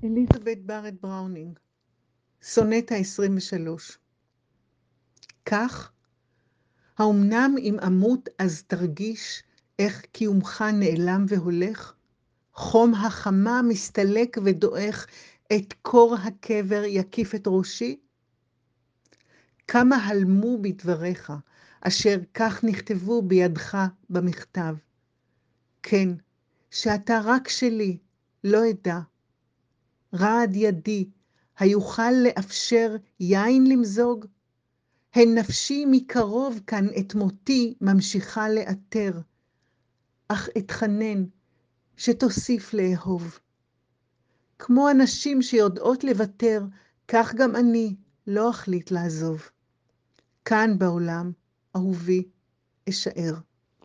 אליזבת בארט בראונינג, סונטה 23. כך, האמנם אם אמות אז תרגיש איך קיומך נעלם והולך? חום החמה מסתלק ודועך, את קור הקבר יקיף את ראשי? כמה הלמו בדבריך, אשר כך נכתבו בידך במכתב. כן, שאתה רק שלי, לא אדע. רעד ידי, היוכל לאפשר יין למזוג? הן נפשי מקרוב כאן את מותי ממשיכה לאתר, אך אתחנן שתוסיף לאהוב. כמו אנשים שיודעות לוותר, כך גם אני לא אחליט לעזוב. כאן בעולם, אהובי, אשאר.